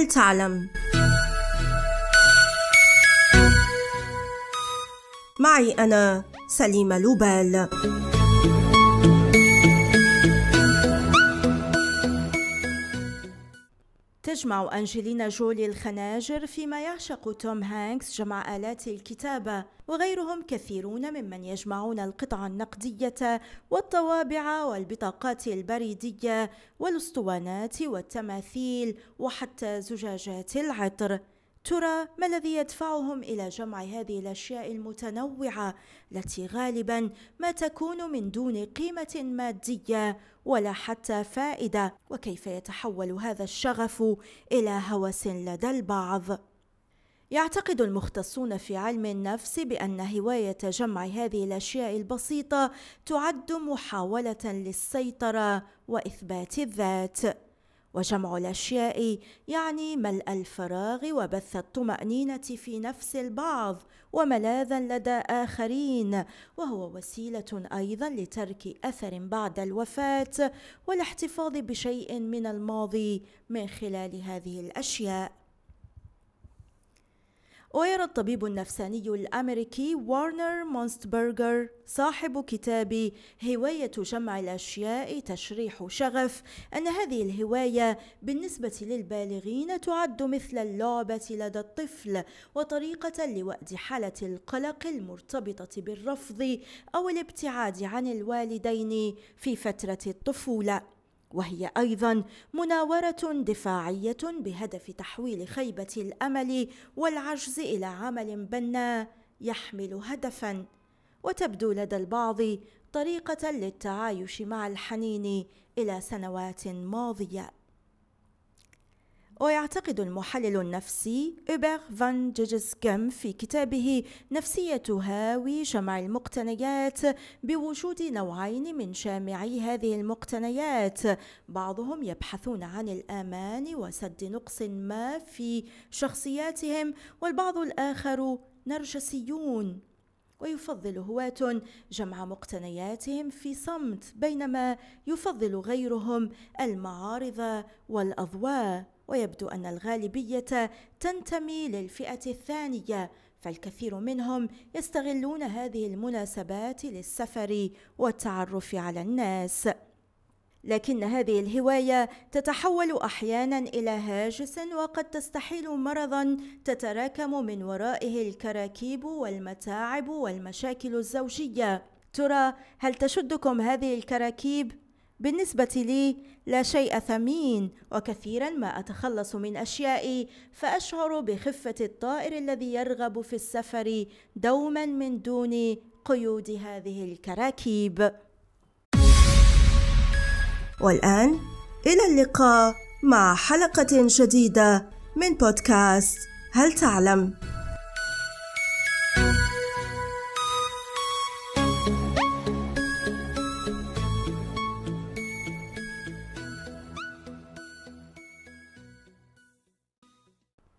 هل تعلم؟ معي أنا سليمة لوبال. تجمع أنجلينا جولي الخناجر فيما يعشق توم هانكس جمع آلات الكتابة، وغيرهم كثيرون ممن يجمعون القطع النقدية والطوابع والبطاقات البريدية والأسطوانات والتماثيل وحتى زجاجات العطر. ترى ما الذي يدفعهم إلى جمع هذه الأشياء المتنوعة التي غالباً ما تكون من دون قيمة مادية ولا حتى فائدة؟ وكيف يتحول هذا الشغف إلى هوس لدى البعض؟ يعتقد المختصون في علم النفس بأن هواية جمع هذه الأشياء البسيطة تعد محاولة للسيطرة وإثبات الذات. وجمع الأشياء يعني ملء الفراغ وبث الطمأنينة في نفس البعض وملاذا لدى آخرين، وهو وسيلة أيضا لترك أثر بعد الوفاة والاحتفاظ بشيء من الماضي من خلال هذه الأشياء. ويرى الطبيب النفساني الأمريكي وارنر مونستبرغر صاحب كتاب هواية جمع الأشياء تشريح شغف أن هذه الهواية بالنسبة للبالغين تعد مثل اللعبة لدى الطفل وطريقة لوأد حالة القلق المرتبطة بالرفض أو الابتعاد عن الوالدين في فترة الطفولة، وهي أيضاً مناورة دفاعية بهدف تحويل خيبة الأمل والعجز إلى عمل بناء يحمل هدفاً، وتبدو لدى البعض طريقة للتعايش مع الحنين إلى سنوات ماضية. ويعتقد المحلل النفسي إوبر فان جيجسكم في كتابه نفسية هاوي جمع المقتنيات بوجود نوعين من جامعي هذه المقتنيات، بعضهم يبحثون عن الأمان وسد نقص ما في شخصياتهم، والبعض الآخر نرجسيون ويفضل هواة جمع مقتنياتهم في صمت، بينما يفضل غيرهم المعارض والأضواء. ويبدو أن الغالبية تنتمي للفئة الثانية، فالكثير منهم يستغلون هذه المناسبات للسفر والتعرف على الناس. لكن هذه الهواية تتحول أحيانا إلى هاجس وقد تستحيل مرضا تتراكم من ورائه الكراكيب والمتاعب والمشاكل الزوجية. ترى هل تشدكم هذه الكراكيب؟ بالنسبة لي لا شيء ثمين، وكثيرا ما أتخلص من أشيائي فأشعر بخفة الطائر الذي يرغب في السفر دوما من دون قيود هذه الكراكيب. والآن إلى اللقاء مع حلقة جديدة من بودكاست هل تعلم؟